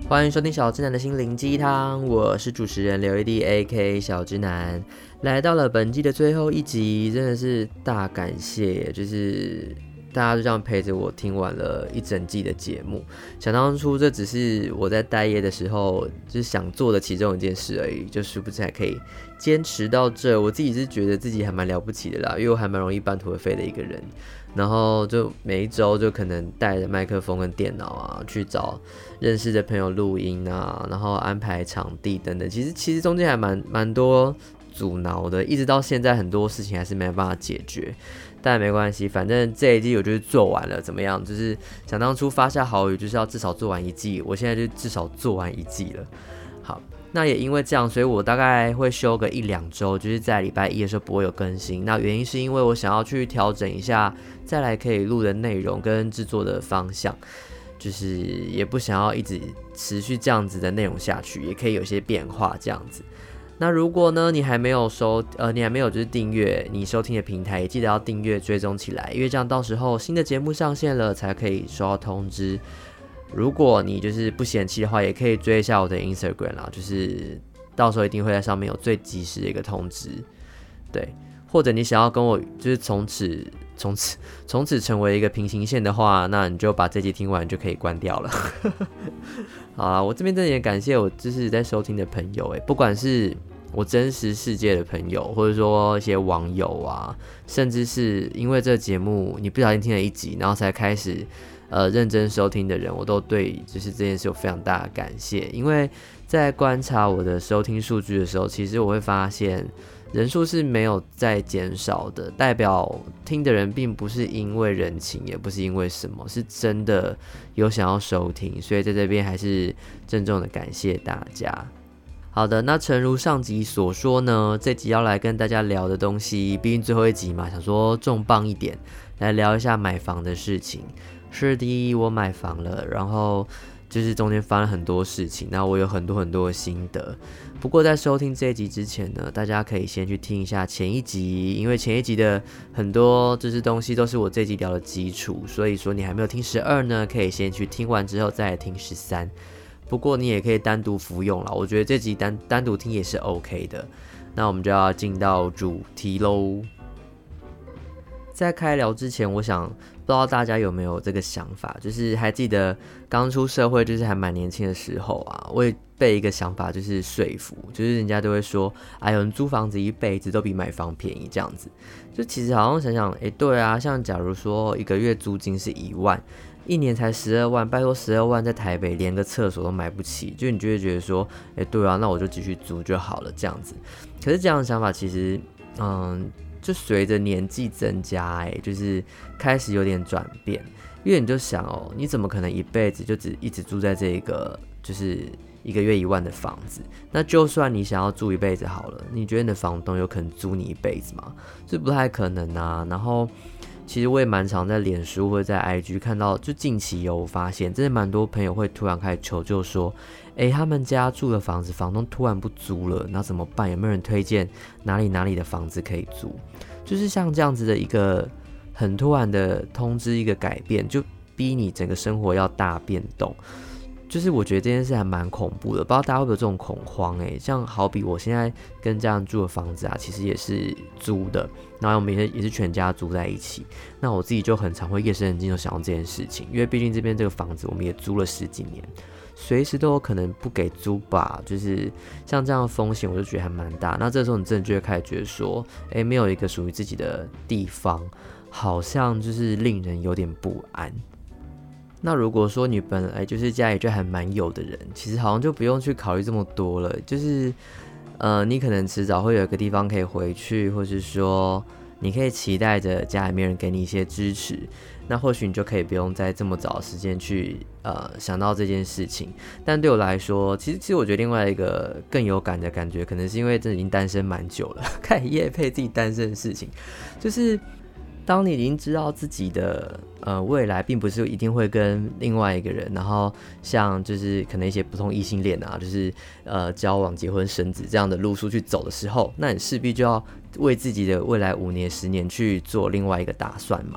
欢迎收听小直男的心灵鸡汤，我是主持人刘一滴 AK 小直男，来到了本季的最后一集，真的是大感谢，就是大家就这样陪着我听完了一整季的节目。想当初这只是我在待业的时候就是想做的其中一件事而已，就殊不知还可以坚持到这，我自己是觉得自己还蛮了不起的啦，因为我还蛮容易半途而废的一个人。然后就每一周就可能带着麦克风跟电脑啊，去找认识的朋友录音啊，然后安排场地等等。其实中间还蛮多阻挠的，一直到现在很多事情还是没办法解决。但没关系，反正这一季我就是做完了，怎么样？就是想当初发下豪语，就是要至少做完一季，我现在就至少做完一季了。好。那也因为这样，所以我大概会休个1-2周，就是在礼拜一的时候不会有更新。那原因是因为我想要去调整一下再来可以录的内容跟制作的方向，就是也不想要一直持续这样子的内容下去，也可以有些变化这样子。那如果呢你还没有就是订阅你收听的平台，也记得要订阅追踪起来，因为这样到时候新的节目上线了才可以收到通知。如果你就是不嫌弃的话，也可以追一下我的 Instagram 啦，就是到时候一定会在上面有最及时的一个通知，对。或者你想要跟我就是从此成为一个平行线的话，那你就把这集听完就可以关掉了。好啦，我这边真的也感谢我就是在收听的朋友，不管是我真实世界的朋友，或者说一些网友啊，甚至是因为这个节目你不小心听了一集，然后才开始认真收听的人，我都对就是这件事有非常大的感谢。因为在观察我的收听数据的时候，其实我会发现人数是没有在减少的，代表听的人并不是因为人情，也不是因为什么，是真的有想要收听，所以在这边还是郑重的感谢大家。好的，那诚如上集所说呢，这集要来跟大家聊的东西，毕竟最后一集嘛，想说重磅一点，来聊一下买房的事情。是的，我买房了，然后就是中间发生很多事情，那我有很多的心得。不过在收听这一集之前呢，大家可以先去听一下前一集，因为前一集的很多就是东西都是我这一集聊的基础，所以说你还没有听12呢，可以先去听完之后再来听13。不过你也可以单独服用啦，我觉得这集单独听也是 OK 的。那我们就要进到主题咯。在开聊之前，我想不知道大家有没有这个想法，就是还记得刚出社会，就是还蛮年轻的时候啊，我也被一个想法就是说服，就是人家都会说，哎呦，你租房子一辈子都比买房便宜这样子。就其实好像想想，对啊，像假如说一个月租金是1万，一年才12万，拜托12万在台北连个厕所都买不起，就你就会觉得说，对啊，那我就继续租就好了这样子。可是这样的想法其实，就随着年纪增加，就是开始有点转变，因为你就想你怎么可能一辈子就一直住在这个就是一个月1万的房子？那就算你想要住一辈子好了，你觉得你的房东有可能租你一辈子吗？这不太可能啊。然后其实我也蛮常在脸书或者在 IG 看到，就近期有发现，真的蛮多朋友会突然开始求救说，他们家住的房子房东突然不租了，那怎么办？有没有人推荐哪里的房子可以租？就是像这样子的一个很突然的通知，一个改变，就逼你整个生活要大变动。就是我觉得这件事还蛮恐怖的，不知道大家会不会有这种恐慌像好比我现在跟家人住的房子啊，其实也是租的，然后我们也是全家住在一起。那我自己就很常会夜深人静就想到这件事情，因为毕竟这边这个房子我们也租了10几年，随时都有可能不给租吧，就是像这样的风险，我就觉得还蛮大。那这时候你真的就会开始觉得说，没有一个属于自己的地方，好像就是令人有点不安。那如果说你本来就是家里就还蛮有的人，其实好像就不用去考虑这么多了，就是你可能迟早会有一个地方可以回去，或是说你可以期待着家里面人给你一些支持，那或许你就可以不用在这么早的时间去想到这件事情。但对我来说，其实我觉得另外一个更有感的感觉，可能是因为真的已经单身蛮久了，开始业配自己单身的事情，就是当你已经知道自己的未来并不是一定会跟另外一个人，然后像就是可能一些普通异性恋啊，就是交往、结婚、生子这样的路数去走的时候，那你势必就要为自己的未来5年、10年去做另外一个打算嘛。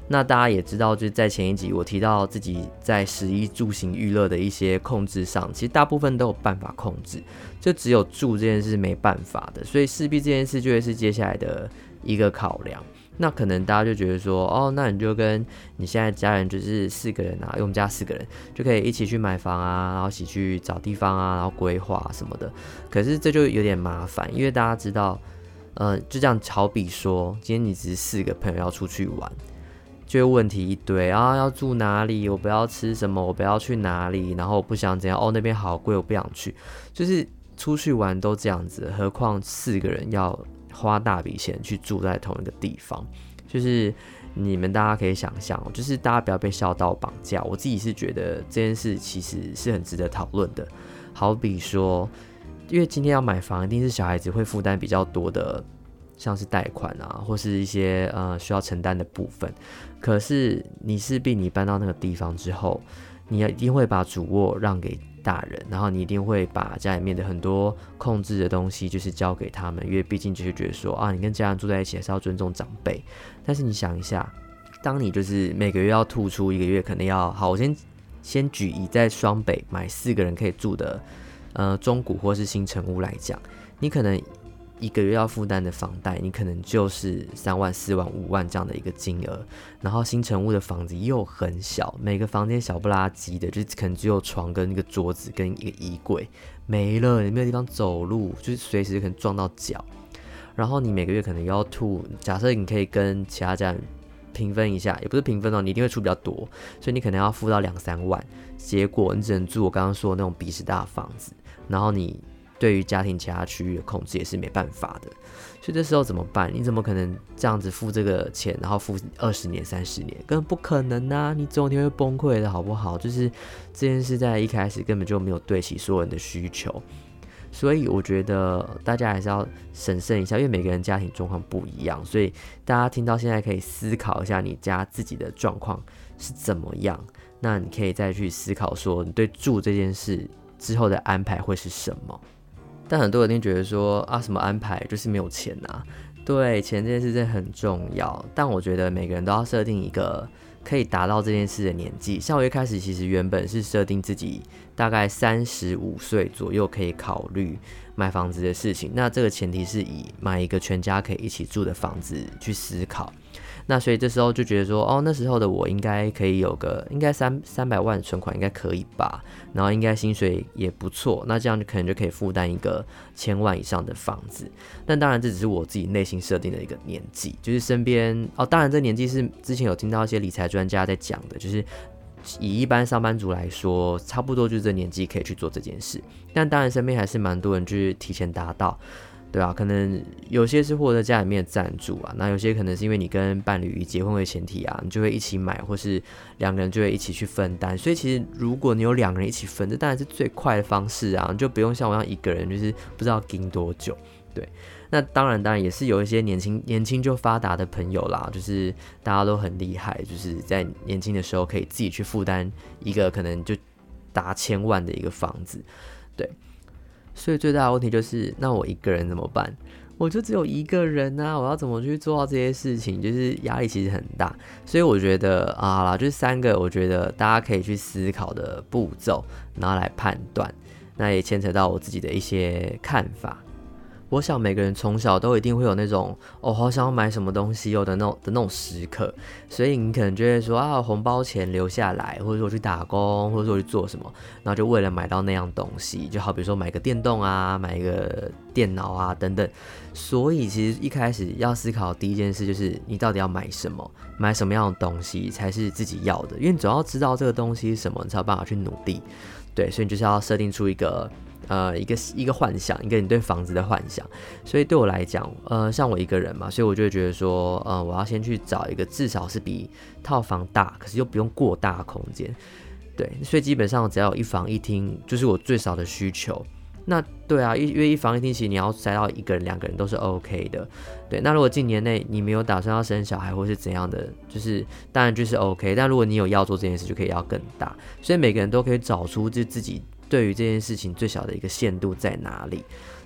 那大家也知道，就是在前一集我提到自己在食衣住行娱乐的一些控制上，其实大部分都有办法控制，就只有住这件事是没办法的，所以势必这件事就会是接下来的一个考量。那可能大家就觉得说，哦，那你就跟你现在家人就是4个人啊，因为我们家4个人就可以一起去买房啊，然后一起去找地方啊，然后规划什么的。可是这就有点麻烦，因为大家知道，就这样，好比说，今天你只是4个朋友要出去玩，就会问题一堆啊，要住哪里？我不要吃什么？我不要去哪里？然后我不想怎样？哦，那边好贵，我不想去。就是出去玩都这样子，何况4个人要花大笔钱去住在同一个地方，就是你们大家可以想象，就是大家不要被孝道绑架。我自己是觉得这件事其实是很值得讨论的。好比说，因为今天要买房，一定是小孩子会负担比较多的，像是贷款啊，或是一些需要承担的部分。可是你势必你搬到那个地方之后，你一定会把主卧让给大人，然后你一定会把家里面的很多控制的东西就是交给他们，因为毕竟就是觉得说啊，你跟家人住在一起还是要尊重长辈。但是你想一下，当你就是每个月要吐出1个月可能要好，我先举以在双北买4个人可以住的中古或是新成屋来讲，你可能1个月要负担的房贷，你可能就是3万、4万、5万这样的一个金额。然后新成屋的房子又很小，每个房间小不拉几的，就是可能只有床跟一个桌子跟一个衣柜，没了，你没有地方走路，就是随时可能撞到脚。然后你每个月可能要吐，假设你可以跟其他家人平分一下，也不是平分哦，你一定会出比较多，所以你可能要付到2、3万。结果你只能住我刚刚说的那种比时大的房子，然后你对于家庭其他区域的控制也是没办法的，所以这时候怎么办？你怎么可能这样子付这个钱，然后付20年、30年，根本不可能啊！你总有一天会崩溃的，好不好？就是这件事在一开始根本就没有对齐所有人的需求，所以我觉得大家还是要审慎一下，因为每个人家庭状况不一样，所以大家听到现在可以思考一下你家自己的状况是怎么样，那你可以再去思考说你对住这件事之后的安排会是什么。但很多人一定觉得说啊，什么安排就是没有钱啊。对，钱这件事真的很重要，但我觉得每个人都要设定一个可以达到这件事的年纪。像我一开始其实原本是设定自己大概35岁左右可以考虑买房子的事情，那这个前提是以买一个全家可以一起住的房子去思考。那所以这时候就觉得说，哦，那时候的我应该可以有个应该300万的存款应该可以吧，然后应该薪水也不错，那这样就可能就可以负担一个1000万以上的房子。但当然这只是我自己内心设定的一个年纪，就是身边当然这年纪是之前有听到一些理财专家在讲的，就是以一般上班族来说，差不多就是这年纪可以去做这件事。但当然身边还是蛮多人就是提前达到。对啊，可能有些是获得家里面的赞助啊，那有些可能是因为你跟伴侣以结婚为前提啊，你就会一起买，或是2个人就会一起去分担。所以其实如果你有2个人一起分，这当然是最快的方式啊，你就不用像我一样1个人就是不知道盯多久。对，那当然也是有一些年轻就发达的朋友啦，就是大家都很厉害，就是在年轻的时候可以自己去负担一个可能就达1000万的一个房子，对。所以最大的问题就是，那我1个人怎么办？我就只有1个人啊，我要怎么去做到这些事情？就是压力其实很大。所以我觉得好啦，就是3个我觉得大家可以去思考的步骤，然后来判断。那也牵扯到我自己的一些看法。我想每个人从小都一定会有那种好想要买什么东西的那种时刻，所以你可能就会说啊，红包钱留下来，或者说我去打工，或者说我去做什么，然后就为了买到那样东西，就好比说买个电动啊，买一个电脑啊等等。所以其实一开始要思考的第一件事就是你到底要买什么，买什么样的东西才是自己要的，因为你总要知道这个东西是什么，你才有办法去努力。对，所以你就是要设定出一个幻想，一个你对房子的幻想。所以对我来讲，像我1个人嘛，所以我就会觉得说，我要先去找一个至少是比套房大，可是又不用过大的空间。对，所以基本上只要有1房1厅，就是我最少的需求。那对啊，因为1房1厅，其实你要塞到1个人、2个人都是 OK 的。对，那如果近年内你没有打算要生小孩或是怎样的，就是当然就是 OK。但如果你有要做这件事，就可以要更大。所以每个人都可以找出就自己对于这件事情最小的一个限度在哪里。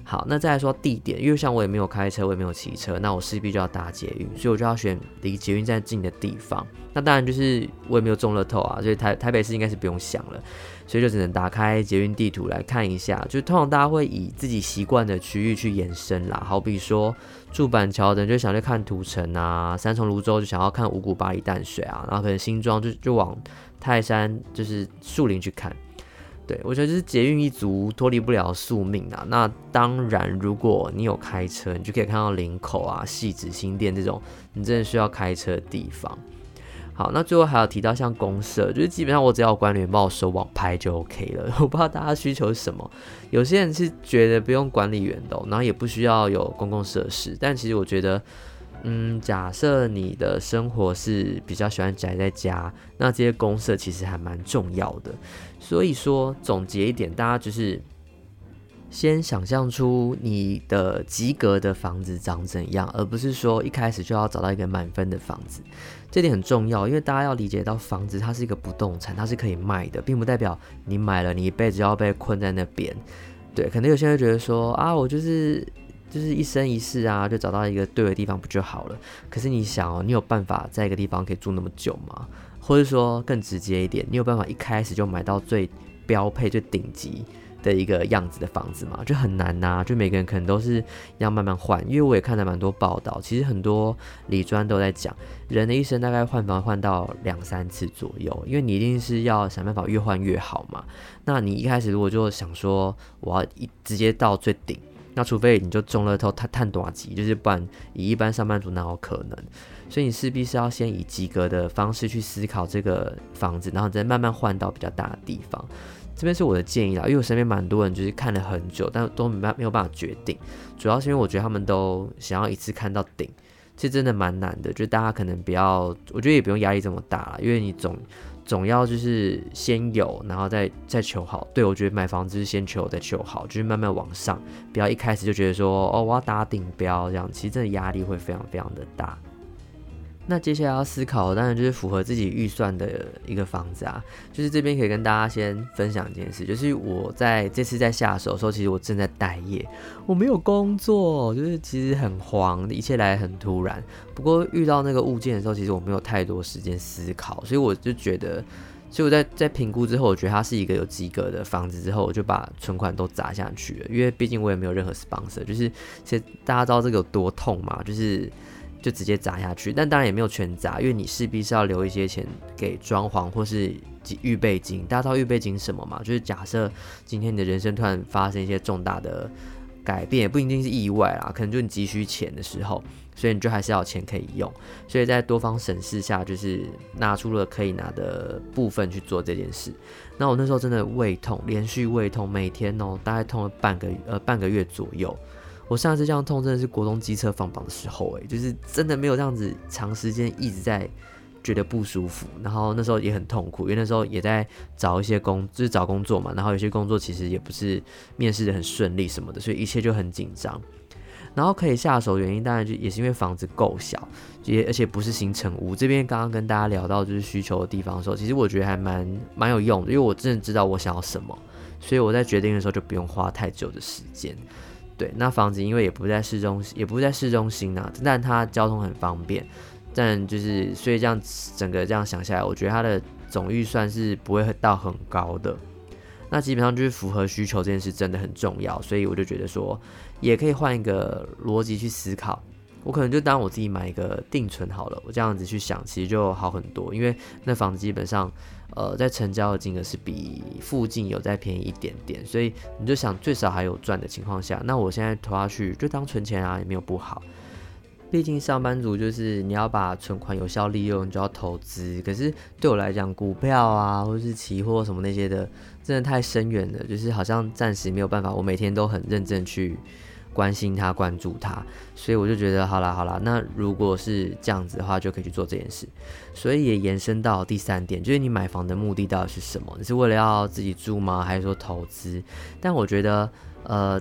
好，那再来说地点，因为像我也没有开车，我也没有骑车，那我势必就要搭捷运，所以我就要选离捷运站近的地方。那当然就是我也没有中乐透啊，所以台北市应该是不用想了，所以就只能打开捷运地图来看一下。就是通常大家会以自己习惯的区域去延伸啦，好比说住板桥的人就想去看土城啊，三重泸州就想要看五股巴黎淡水啊，然后可能新庄就往泰山就是树林去看。对，我觉得就是捷运一族脱离不了宿命啊。那当然，如果你有开车，你就可以看到林口啊、汐止、新店这种你真的需要开车的地方。好，那最后还有提到像公社，就是基本上我只要有管理员帮我收网拍就 OK 了。我不知道大家需求是什么，有些人是觉得不用管理员的然后也不需要有公共设施，但其实我觉得。假设你的生活是比较喜欢宅在家，那这些公社其实还蛮重要的。所以说总结一点，大家就是先想象出你的及格的房子长怎样，而不是说一开始就要找到一个满分的房子。这点很重要，因为大家要理解到房子它是一个不动产，它是可以卖的，并不代表你买了你一辈子要被困在那边。对，可能有些人会觉得说啊，我就是一生一世啊，就找到一个对的地方不就好了？可是你想哦，你有办法在一个地方可以住那么久吗？或者说更直接一点，你有办法一开始就买到最标配、最顶级的一个样子的房子吗？就很难呐，就每个人可能都是要慢慢换。因为我也看了蛮多报道，其实很多理专都在讲，人的一生大概换房换到2-3次左右，因为你一定是要想办法越换越好嘛。那你一开始如果就想说我要直接到最顶。那除非你就中了头探短期，就是不然以一般上班族哪有可能？所以你势必是要先以及格的方式去思考这个房子，然后再慢慢换到比较大的地方。这边是我的建议啦，因为我身边蛮多人就是看了很久，但都没有办法决定。主要是因为我觉得他们都想要一次看到顶，其实真的蛮难的。就大家可能不要，我觉得也不用压力这么大啦，因为你总要就是先有，然后再求好。对，我觉得买房子是先求再求好，就是慢慢往上，不要一开始就觉得说哦我要打顶标这样，其实真的压力会非常非常的大。那接下来要思考的当然就是符合自己预算的一个房子啊，就是这边可以跟大家先分享一件事，就是我在这次在下手的时候，其实我正在待业，我没有工作，就是其实很慌，一切来得很突然。不过遇到那个物件的时候，其实我没有太多时间思考，所以我就觉得，所以我在评估之后，我觉得它是一个有及格的房子之后，我就把存款都砸下去了，因为毕竟我也没有任何 sponsor， 就是其实大家知道这个有多痛嘛，就直接砸下去，但当然也没有全砸，因为你势必是要留一些钱给装潢或是预备金。大家知道预备金什么吗？就是假设今天你的人生突然发生一些重大的改变，也不一定是意外啦，可能就你急需钱的时候，所以你就还是要有钱可以用。所以在多方审视下，就是拿出了可以拿的部分去做这件事。那我那时候真的胃痛，连续胃痛，每天大概痛了半个月左右。我上次这样痛真的是国中机车放榜的时候，就是真的没有这样子长时间一直在觉得不舒服，然后那时候也很痛苦，因为那时候也在找一些就是找工作嘛，然后有些工作其实也不是面试的很顺利什么的，所以一切就很紧张。然后可以下手的原因当然就也是因为房子够小，而且不是新成屋。这边刚刚跟大家聊到就是需求的地方的时候，其实我觉得还蛮有用的，因为我真的知道我想要什么，所以我在决定的时候就不用花太久的时间。对，那房子因为也不在市中心啊，但它交通很方便，但就是所以这样整个这样想下来，我觉得它的总预算是不会到很高的。那基本上就是符合需求这件事真的很重要，所以我就觉得说，也可以换一个逻辑去思考。我可能就当我自己买一个定存好了，我这样子去想，其实就好很多，因为那房子基本上。在成交的金额是比附近有再便宜一点点，所以你就想最少还有赚的情况下，那我现在投下去就当存钱啊，也没有不好。毕竟上班族就是你要把存款有效利用，你就要投资。可是对我来讲，股票啊，或是期货什么那些的，真的太深远了，就是好像暂时没有办法，我每天都很认真去关心它、关注它，所以我就觉得好啦，那如果是这样子的话，就可以去做这件事。所以也延伸到第3点，就是你买房的目的到底是什么？你是为了要自己住吗？还是说投资？但我觉得，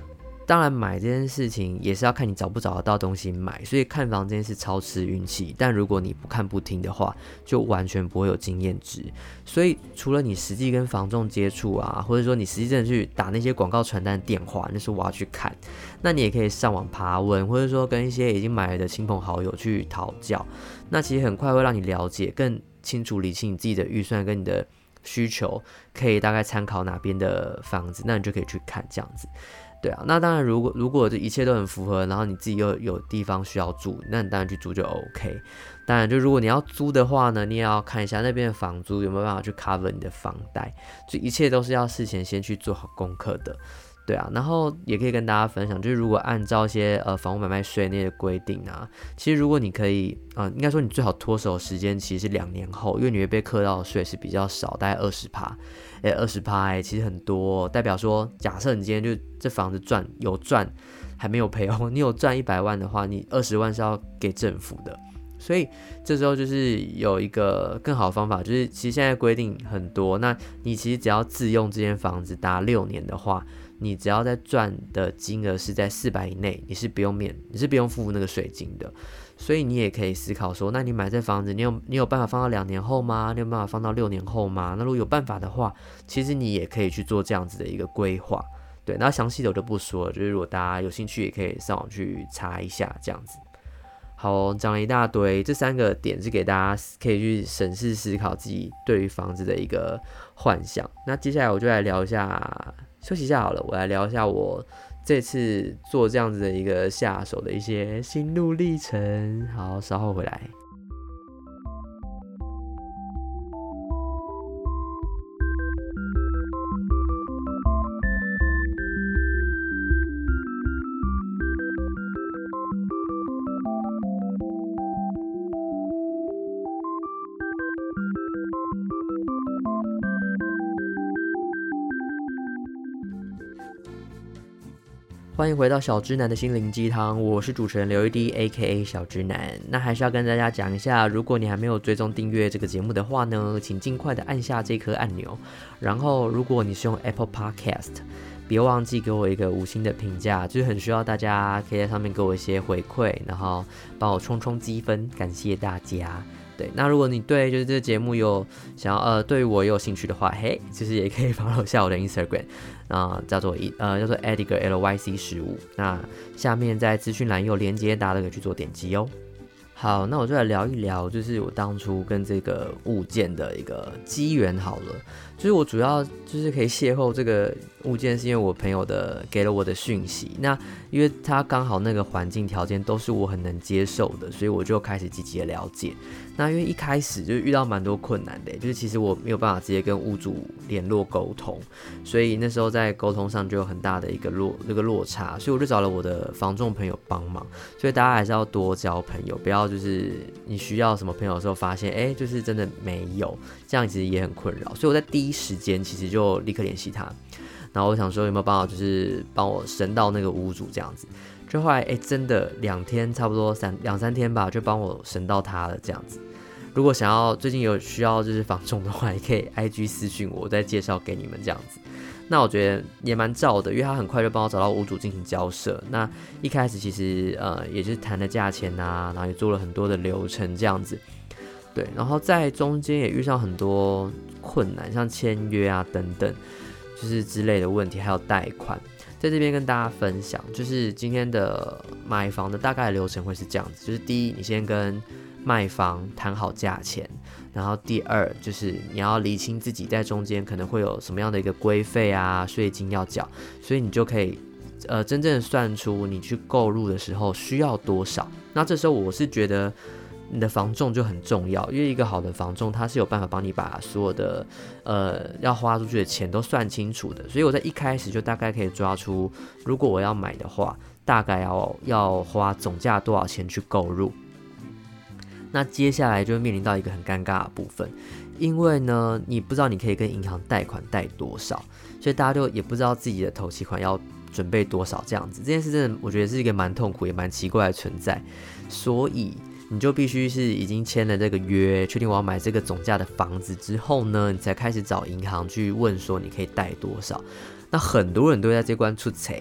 当然买这件事情也是要看你找不找得到东西买，所以看房这件事超吃运气。但如果你不看不听的话，就完全不会有经验值。所以除了你实际跟房仲接触啊，或者说你实际真的去打那些广告传单电话，那是我要去看。那你也可以上网爬文，或者说跟一些已经买了的亲朋好友去讨教。那其实很快会让你了解更清楚理清你自己的预算跟你的需求，可以大概参考哪边的房子，那你就可以去看这样子。对啊，那当然如果这一切都很符合，然后你自己又有地方需要住，那你当然去租就 OK。当然就如果你要租的话呢，你也要看一下那边的房租有没有办法去 cover 你的房贷，所以一切都是要事前先去做好功课的。对啊，然后也可以跟大家分享，就是如果按照一些房屋买卖税那些规定啊，其实如果你可以应该说你最好脱手的时间其实是2年后，因为你会被课到的税是比较少，大概20%。20%其实很多代表说，假设你今天就这房子有赚还没有赔哦，你有赚100万的话，你20万是要给政府的。所以这时候就是有一个更好的方法，就是其实现在规定很多，那你其实只要自用这间房子达6年的话，你只要在赚的金额是在400以内，你是不用付那个税金的。所以你也可以思考说，那你买这房子，你有办法放到2年后吗？你有办法放到6年后吗？那如果有办法的话，其实你也可以去做这样子的一个规划。对，那详细的我就不说了，就是如果大家有兴趣，也可以上网去查一下这样子。好，讲了一大堆，这3个点是给大家可以去审视思考自己对于房子的一个幻想。那接下来我就来聊一下，休息一下好了，我来聊一下我这次做这样子的一个下手的一些心路历程。好，稍后回来。欢迎回到小之男的心灵鸡汤，我是主持人刘一滴 AKA 小之男。那还是要跟大家讲一下，如果你还没有追踪订阅这个节目的话呢，请尽快的按下这颗按钮。然后如果你是用 Apple Podcast， 别忘记给我一个5星的评价，就是很需要大家可以在上面给我一些回馈，然后帮我冲积分，感谢大家。对，那如果你对就是这个节目有想要对于我有兴趣的话，嘿，其实也可以 follow 下我的 Instagram， 叫做Edgar LYC15，那下面在资讯栏有连结，大家都可以去做点击哦。好，那我就来聊一聊，就是我当初跟这个物件的一个机缘好了。就是我主要就是可以邂逅这个物件，是因为我朋友给了我的讯息。那因为他刚好那个环境条件都是我很能接受的，所以我就开始积极的了解。那因为一开始就遇到蛮多困难的，就是其实我没有办法直接跟屋主联络沟通，所以那时候在沟通上就有很大的一个落差，所以我就找了我的房仲朋友帮忙。所以大家还是要多交朋友，不要就是你需要什么朋友的时候发现就是真的没有，这样其实也很困扰。所以我在第一时间其实就立刻联系他，然后我想说有没有办法就是帮我升到那个屋主这样子。就后来真的2天差不多两三天吧，就帮我升到他了这样子。如果想要最近有需要就是房仲的话，也可以 IG 私讯我再介绍给你们这样子。那我觉得也蛮照的，因为他很快就帮我找到屋主进行交涉。那一开始其实也就是谈了价钱啊，然后也做了很多的流程这样子。对，然后在中间也遇上很多困难，像签约啊等等，就是之类的问题，还有贷款。在这边跟大家分享，就是今天的买房的大概的流程会是这样子，就是第一，你先跟卖方谈好价钱，然后第二就是你要厘清自己在中间可能会有什么样的一个规费啊、税金要缴，所以你就可以真正算出你去购入的时候需要多少。那这时候我是觉得你的房仲就很重要，因为一个好的房仲他是有办法帮你把所有的要花出去的钱都算清楚的，所以我在一开始就大概可以抓出，如果我要买的话，大概要花总价多少钱去购入。那接下来就面临到一个很尴尬的部分，因为呢你不知道你可以跟银行贷款贷多少，所以大家就也不知道自己的头期款要准备多少这样子。这件事真的我觉得是一个蛮痛苦也蛮奇怪的存在，所以你就必须是已经签了这个约，确定我要买这个总价的房子之后呢，你才开始找银行去问说你可以贷多少。那很多人都会在这关出错，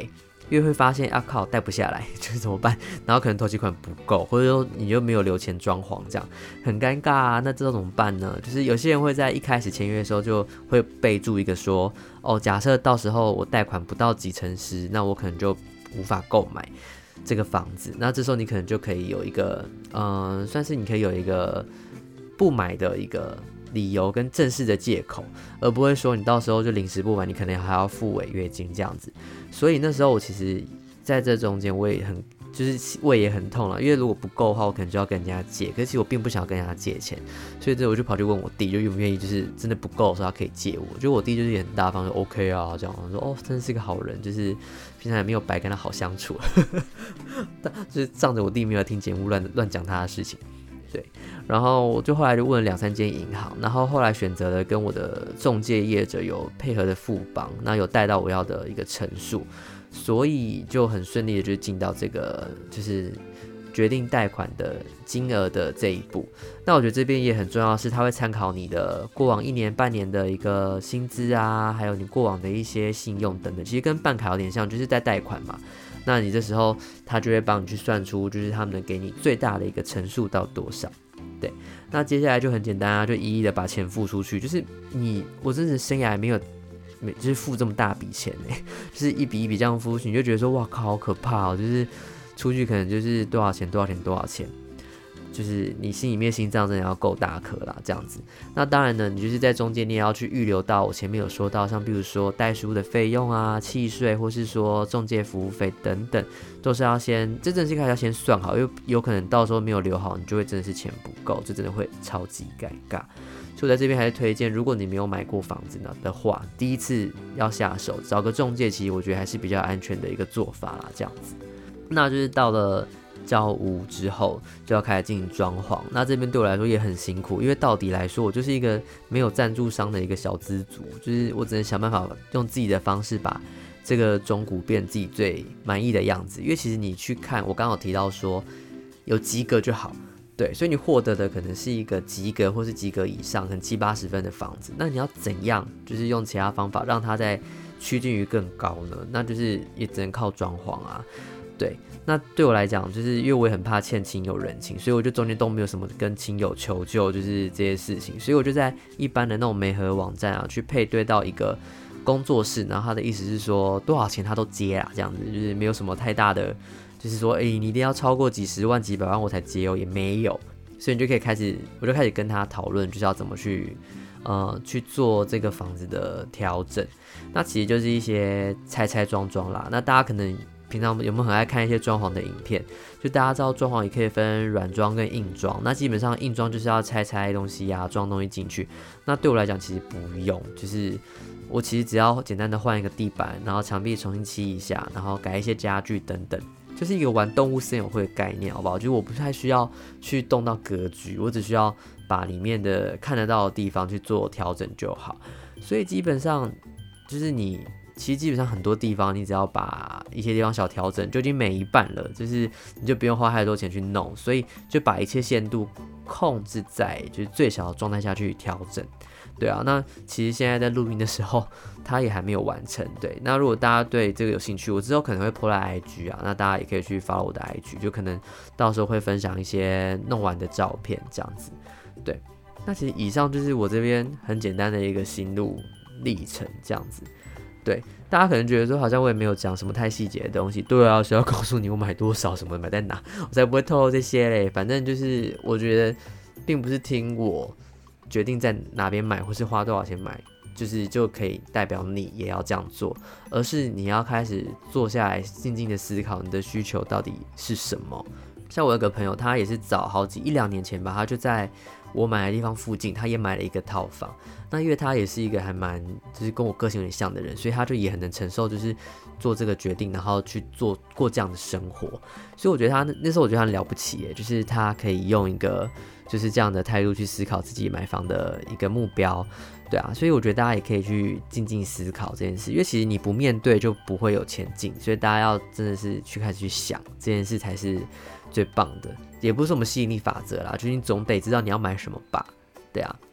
因为会发现啊靠贷不下来，就是怎么办？然后可能头期款不够，或者说你就没有留钱装潢，这样很尴尬啊。那这怎么办呢？就是有些人会在一开始签约的时候就会备注一个说，假设到时候我贷款不到几成时，那我可能就无法购买这个房子。那这时候你可能就可以有一个算是你可以有一个不买的一个理由跟正式的借口，而不会说你到时候就临时不买，你可能还要付违约金这样子。所以那时候我其实在这中间我也很痛了，因为如果不够的话，我可能就要跟人家借，可是其实我并不想要跟人家借钱，所以这我就跑去问我弟，就愿不愿意，就是真的不够的时候他可以借我。就我弟就是也很大方，就 OK 啊这样，我说真的是个好人，就是平常也没有白跟他好相处，就是仗着我弟没有听节目乱讲他的事情。对，然后我就后来就问了2-3间银行，然后后来选择了跟我的中介业者有配合的富邦，那有带到我要的一个成数，所以就很顺利的就进到这个就是决定贷款的金额的这一步。那我觉得这边也很重要的是，他会参考你的过往1年半年的一个薪资啊，还有你过往的一些信用等等，其实跟办卡有点像，就是在贷款嘛。那你这时候他就会帮你去算出，就是他们能给你最大的一个成数到多少。对，那接下来就很简单啊，就一一的把钱付出去。就是我真的生涯没有，就是付这么大笔钱呢，就是一笔一笔这样付出去，你就觉得说哇靠，好可怕哦！就是出去可能就是多少钱，就是你心里面心脏真的要够大颗啦，这样子。那当然呢，你就是在中间你也要去预留到我前面有说到，像比如说代书的费用啊、契税，或是说中介服务费等等，都是要这真的是要先算好，因为有可能到时候没有留好，你就会真的是钱不够，就真的会超级尴尬。所以我在这边还是推荐，如果你没有买过房子的话，第一次要下手找个中介，其实我觉得还是比较安全的一个做法啦，这样子。那就是到了交屋之后就要开始进行装潢，那这边对我来说也很辛苦，因为到底来说我就是一个没有赞助商的一个小资族，就是我只能想办法用自己的方式把这个中古变自己最满意的样子。因为其实你去看，我刚刚有提到说有及格就好，对，所以你获得的可能是一个及格或是及格以上，可能70-80分的房子，那你要怎样就是用其他方法让它再趋近于更高呢？那就是也只能靠装潢啊。对，那对我来讲，就是因为我也很怕欠亲友人情，所以我就中间都没有什么跟亲友求救，就是这些事情，所以我就在一般的那种媒合网站啊，去配对到一个工作室，然后他的意思是说多少钱他都接啦，这样子就是没有什么太大的，就是说你一定要超过几十万、几百万我才接哦，也没有，所以你就可以我就开始跟他讨论，就是要怎么去做这个房子的调整。那其实就是一些拆装啦，那大家可能平常有没有很爱看一些装潢的影片？就大家知道装潢也可以分软装跟硬装，那基本上硬装就是要拆东西啊，装东西进去。那对我来讲其实不用，就是我其实只要简单的换一个地板，然后墙壁重新漆一下，然后改一些家具等等，就是一个玩动物森友会的概念，好不好？就是我不太需要去动到格局，我只需要把里面的看得到的地方去做调整就好。所以基本上就是其实基本上很多地方，你只要把一些地方小调整，就已经没一半了，就是你就不用花太多钱去弄，所以就把一切限度控制在就是最小的状态下去调整。对啊，那其实现在在录音的时候，它也还没有完成。对，那如果大家对这个有兴趣，我之后可能会 po 在 IG 啊，那大家也可以去 follow 我的 IG， 就可能到时候会分享一些弄完的照片这样子。对，那其实以上就是我这边很简单的一个心路历程这样子。对，大家可能觉得说好像我也没有讲什么太细节的东西，对啊，谁要告诉你我买多少，什么买在哪，我才不会透露这些嘞。反正就是我觉得并不是听我决定在哪边买或是花多少钱买，就可以代表你也要这样做，而是你要开始坐下来静静的思考你的需求到底是什么。像我有个朋友，他也是早1-2年前吧，他就在我买的地方附近，他也买了一个套房。那因为他也是一个还蛮就是跟我个性有点像的人，所以他就也很能承受，就是做这个决定，然后去过这样的生活。所以我觉得那时候我觉得他很了不起耶，就是他可以用一个就是这样的态度去思考自己买房的一个目标。对啊，所以我觉得大家也可以去静静思考这件事，因为其实你不面对就不会有前进，所以大家要真的是开始去想这件事才是最棒的，也不是什么吸引力法则啦，就是你总得知道你要买什么吧。对啊，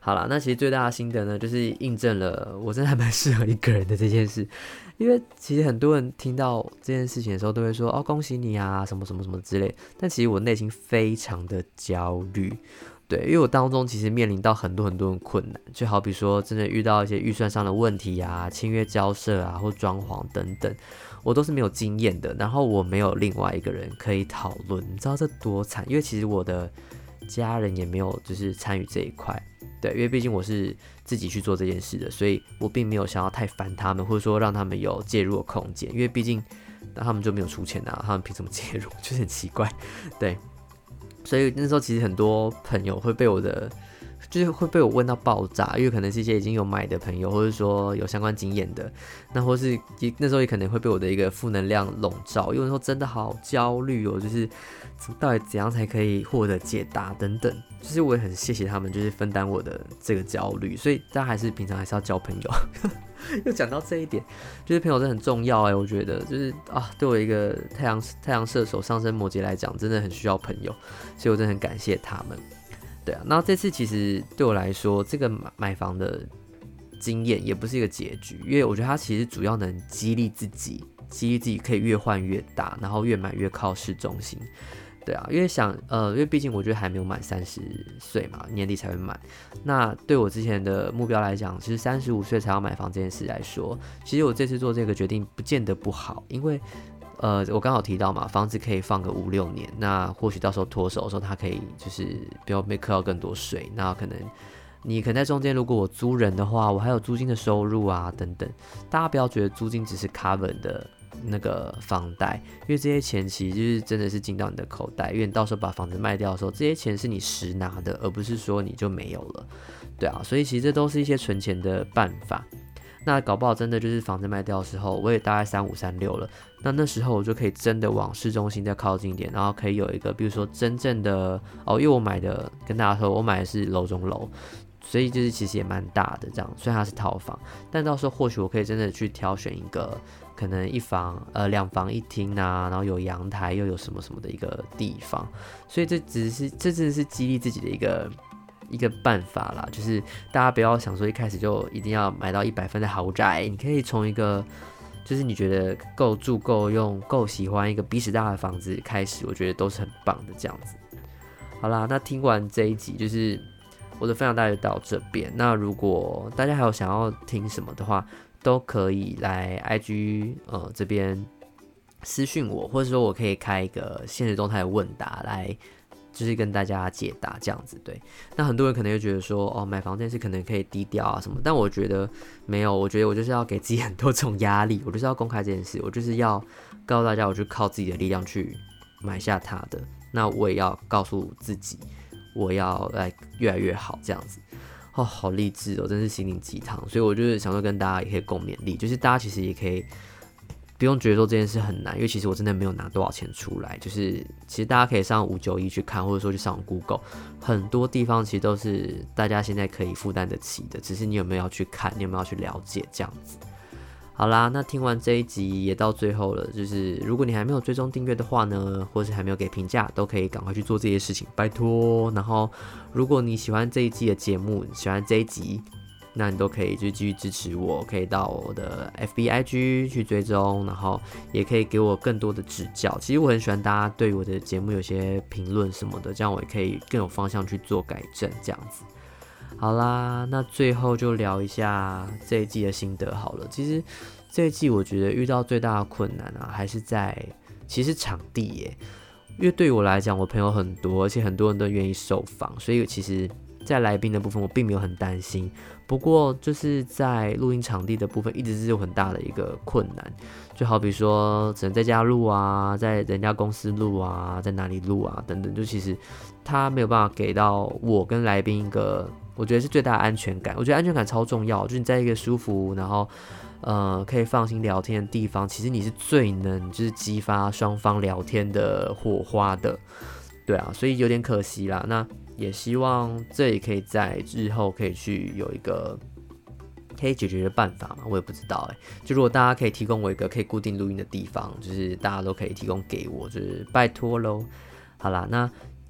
好啦，那其实最大的心得呢，就是印证了我真的还蛮适合一个人的这件事。因为其实很多人听到这件事情的时候，都会说哦恭喜你啊，什么什么什么之类。但其实我内心非常的焦虑，对，因为我当中其实面临到很多很多的困难，就好比说真的遇到一些预算上的问题啊、签约交涉啊或装潢等等，我都是没有经验的。然后我没有另外一个人可以讨论，你知道这多惨？因为其实我的家人也没有就是参与这一块。对，因为毕竟我是自己去做这件事的，所以我并没有想要太烦他们，或者说让他们有介入的空间，因为毕竟他们就没有出钱啊，他们凭什么介入？就是很奇怪，对。所以那时候其实很多朋友会被我问到爆炸，因为可能是一些已经有买的朋友，或者说有相关经验的，那或是那时候也可能会被我的一个负能量笼罩，因为那时候真的好焦虑哦，就是到底怎样才可以获得解答等等，就是我也很谢谢他们，就是分担我的这个焦虑，所以大家平常还是要交朋友。又讲到这一点，就是朋友真的很重要我觉得就是对我一个太阳射手上升摩羯来讲，真的很需要朋友，所以我真的很感谢他们。对啊，那这次其实对我来说，这个买房的经验也不是一个结局，因为我觉得它其实主要能激励自己可以越换越大，然后越买越靠市中心。对啊，因为毕竟我觉得还没有满30岁嘛，年底才会买。那对我之前的目标来讲，其实35岁才要买房这件事来说，其实我这次做这个决定不见得不好，因为我刚好提到嘛，房子可以放个5-6年，那或许到时候脱手的时候，它可以就是不要被课到更多税，那可能在中间，如果我租人的话，我还有租金的收入啊等等。大家不要觉得租金只是 cover 的那个房贷，因为这些钱其实就是真的是进到你的口袋，因为你到时候把房子卖掉的时候，这些钱是你实拿的，而不是说你就没有了。对啊，所以其实这都是一些存钱的办法。那搞不好真的就是房子卖掉的时候，我也大概35、36了，那时候我就可以真的往市中心再靠近一点，然后可以有一个比如说真正的因为我买的跟大家说，我买的是楼中楼，所以就是其实也蛮大的这样，虽然它是套房，但到时候或许我可以真的去挑选一个可能2房1厅啊，然后有阳台又有什么什么的一个地方，所以这真的是激励自己的一个办法啦，就是大家不要想说一开始就一定要买到100分的豪宅，你可以从一个就是你觉得够住、够用、够喜欢一个鼻屎大的房子开始，我觉得都是很棒的这样子。好啦，那听完这一集，就是我的分享大概就到这边。那如果大家还有想要听什么的话，都可以来 IG 这边私讯我，或者说我可以开一个限时动态的问答来。就是跟大家解答这样子，对。那很多人可能会觉得说，买房这件事可能可以低调啊什么，但我觉得没有，我觉得我就是要给自己很多种压力，我就是要公开这件事，我就是要告诉大家，我就靠自己的力量去买下它的。那我也要告诉自己，我要来越来越好这样子。好励志哦，真是心灵鸡汤。所以我就是想说跟大家也可以共勉励，就是大家其实也可以。不用觉得说这件事很难，因为其实我真的没有拿多少钱出来，就是其实大家可以上591去看，或者说去上 Google， 很多地方其实都是大家现在可以负担得起的，只是你有没有要去看，你有没有要去了解这样子。好啦，那听完这一集也到最后了，就是如果你还没有追踪订阅的话呢，或是还没有给评价，都可以赶快去做这些事情，拜托。然后如果你喜欢这一季的节目，喜欢这一集，那你都可以就继续支持我，可以到我的 FB、IG 去追踪，然后也可以给我更多的指教。其实我很喜欢大家对我的节目有些评论什么的，这样我也可以更有方向去做改正，这样子。好啦，那最后就聊一下这一季的心得好了。其实这一季我觉得遇到最大的困难啊，还是其实场地耶。因为对于我来讲，我朋友很多，而且很多人都愿意受访，所以其实在来宾的部分我并没有很担心。不过就是在录音场地的部分，一直是有很大的一个困难。就好比说，只能在家录啊，在人家公司录啊，在哪里录啊等等，就其实他没有办法给到我跟来宾一个，我觉得是最大的安全感。我觉得安全感超重要，就是你在一个舒服，然后可以放心聊天的地方，其实你是最能就是激发双方聊天的火花的。对啊，所以有点可惜啦。那也希望这也可以在日后可以去有一个可以解决的办法嘛，我也不知道就如果大家可以提供我一个可以固定录音的地方，就是大家都可以提供给我，就是拜托咯。好啦，那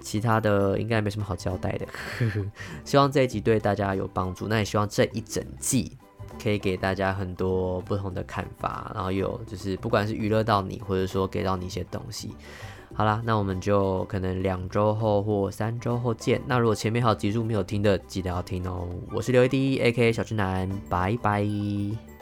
其他的应该没什么好交代的。希望这一集对大家有帮助，那也希望这一整季可以给大家很多不同的看法，然后有就是不管是娱乐到你，或者说给到你一些东西。好啦，那我们就可能2周后或3周后见。那如果前面还有集数没有听的，记得要听哦。我是刘一滴 ，A.K.A 小直男，拜拜。